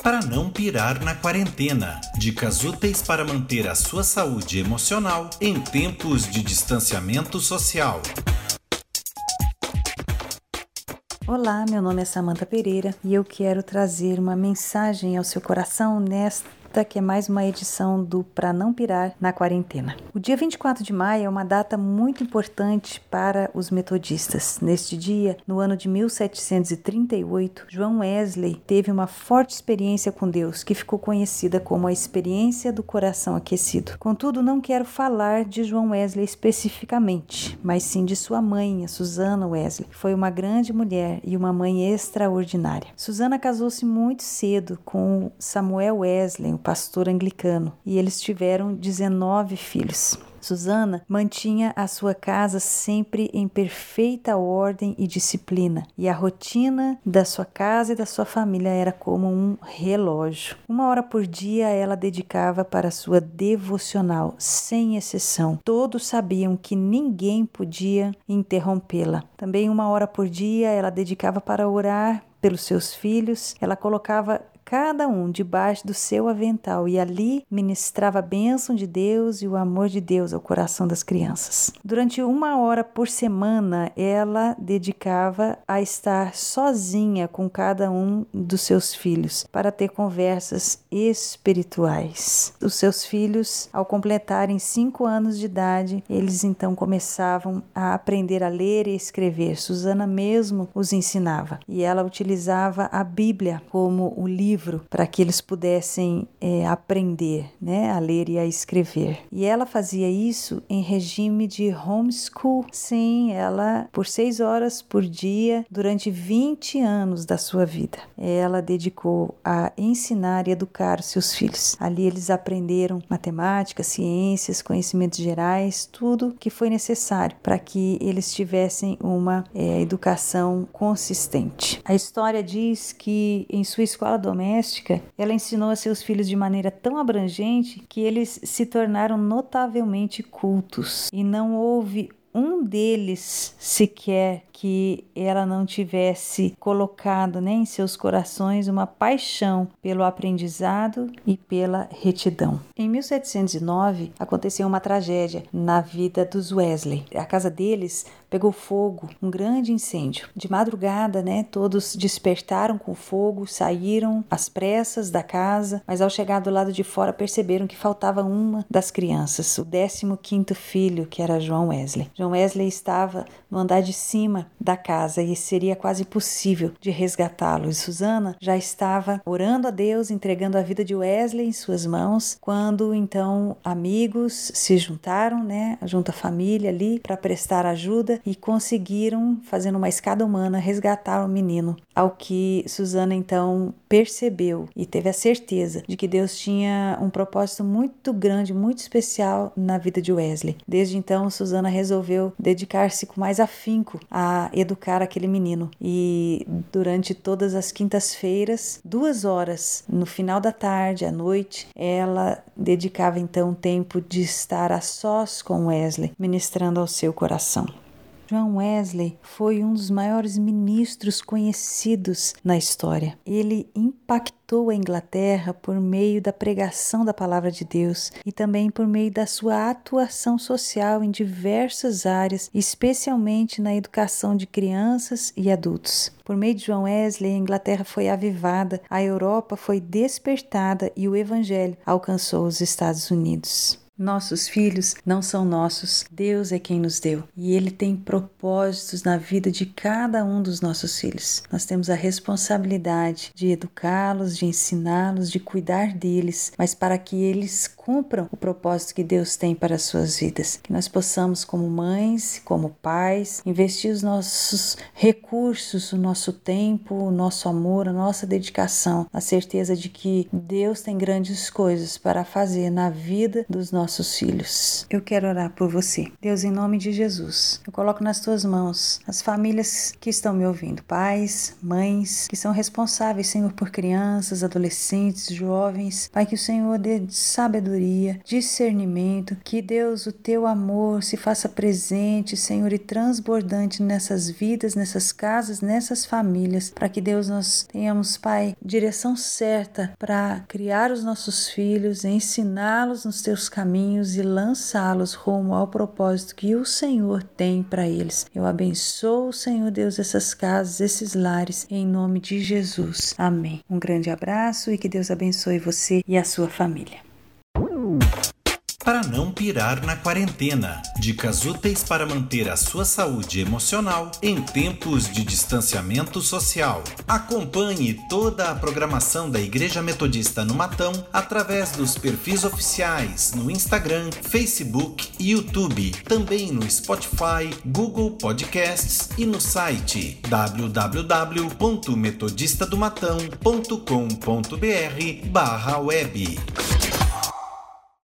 para não pirar na quarentena. Dicas úteis para manter a sua saúde emocional em tempos de distanciamento social. Olá, meu nome é Samantha Pereira e eu quero trazer uma mensagem ao seu coração nesta que é mais uma edição do Pra Não Pirar na Quarentena. O dia 24 de maio é uma data muito importante para os metodistas. Neste dia, no ano de 1738, João Wesley teve uma forte experiência com Deus, que ficou conhecida como a experiência do coração aquecido. Contudo, não quero falar de João Wesley especificamente, mas sim de sua mãe, a Susana Wesley, que foi uma grande mulher e uma mãe extraordinária. Susana casou-se muito cedo com Samuel Wesley, pastor anglicano, e eles tiveram 19 filhos. Susana mantinha a sua casa sempre em perfeita ordem e disciplina, e a rotina da sua casa e da sua família era como um relógio. 1 hora por dia ela dedicava para sua devocional, sem exceção. Todos sabiam que ninguém podia interrompê-la. Também 1 hora por dia ela dedicava para orar pelos seus filhos. Ela colocava cada um debaixo do seu avental e ali ministrava a bênção de Deus e o amor de Deus ao coração das crianças. Durante 1 hora por semana, ela dedicava a estar sozinha com cada um dos seus filhos para ter conversas espirituais. Os seus filhos, ao completarem 5 anos de idade, eles então começavam a aprender a ler e escrever. Susana mesmo os ensinava e ela utilizava a Bíblia como o livro para que eles pudessem aprender, a ler e a escrever. E ela fazia isso em regime de homeschool. Sim, ela por 6 horas por dia durante 20 anos da sua vida. Ela dedicou a ensinar e educar os seus filhos. Ali eles aprenderam matemática, ciências, conhecimentos gerais, tudo que foi necessário para que eles tivessem uma educação consistente. A história diz que em sua escola doméstica, ela ensinou a seus filhos de maneira tão abrangente que eles se tornaram notavelmente cultos e não houve um deles sequer que ela não tivesse colocado em seus corações uma paixão pelo aprendizado e pela retidão. Em 1709, aconteceu uma tragédia na vida dos Wesley. A casa deles pegou fogo, um grande incêndio. De madrugada, todos despertaram com o fogo, saíram às pressas da casa, mas ao chegar do lado de fora perceberam que faltava uma das crianças, o 15º filho, que era João Wesley. João Wesley estava no andar de cima da casa e seria quase impossível de resgatá-lo. E Susana já estava orando a Deus, entregando a vida de Wesley em suas mãos, quando então amigos se juntaram, junto à família ali, para prestar ajuda e conseguiram, fazendo uma escada humana, resgatar o menino. Ao que Susana então percebeu e teve a certeza de que Deus tinha um propósito muito grande, muito especial na vida de Wesley. Desde então, Susana resolveu dedicar-se com mais afinco a educar aquele menino. E durante todas as quintas-feiras, 2 horas, no final da tarde, à noite, ela dedicava então tempo de estar a sós com Wesley, ministrando ao seu coração. João Wesley foi um dos maiores ministros conhecidos na história. Ele impactou a Inglaterra por meio da pregação da palavra de Deus e também por meio da sua atuação social em diversas áreas, especialmente na educação de crianças e adultos. Por meio de João Wesley, a Inglaterra foi avivada, a Europa foi despertada e o Evangelho alcançou os Estados Unidos. Nossos filhos não são nossos, Deus é quem nos deu e Ele tem propósitos na vida de cada um dos nossos filhos. Nós temos a responsabilidade de educá-los, de ensiná-los, de cuidar deles, mas para que eles cumpram o propósito que Deus tem para as suas vidas. Que nós possamos, como mães, como pais, investir os nossos recursos, o nosso tempo, o nosso amor, a nossa dedicação, na certeza de que Deus tem grandes coisas para fazer na vida dos nossos nossos filhos. Eu quero orar por você. Deus, em nome de Jesus, eu coloco nas tuas mãos as famílias que estão me ouvindo, pais, mães, que são responsáveis, Senhor, por crianças, adolescentes, jovens. Pai, que o Senhor dê sabedoria, discernimento, que Deus, o teu amor se faça presente, Senhor, e transbordante nessas vidas, nessas casas, nessas famílias, para que Deus, nós tenhamos, Pai, direção certa para criar os nossos filhos, ensiná-los nos teus caminhos e lançá-los rumo ao propósito que o Senhor tem para eles. Eu abençoo, Senhor Deus, essas casas, esses lares, em nome de Jesus. Amém. Um grande abraço e que Deus abençoe você e a sua família. Para não pirar na quarentena. Dicas úteis para manter a sua saúde emocional em tempos de distanciamento social. Acompanhe toda a programação da Igreja Metodista no Matão através dos perfis oficiais no Instagram, Facebook e YouTube. Também no Spotify, Google Podcasts e no site www.metodistadomatão.com.br/web.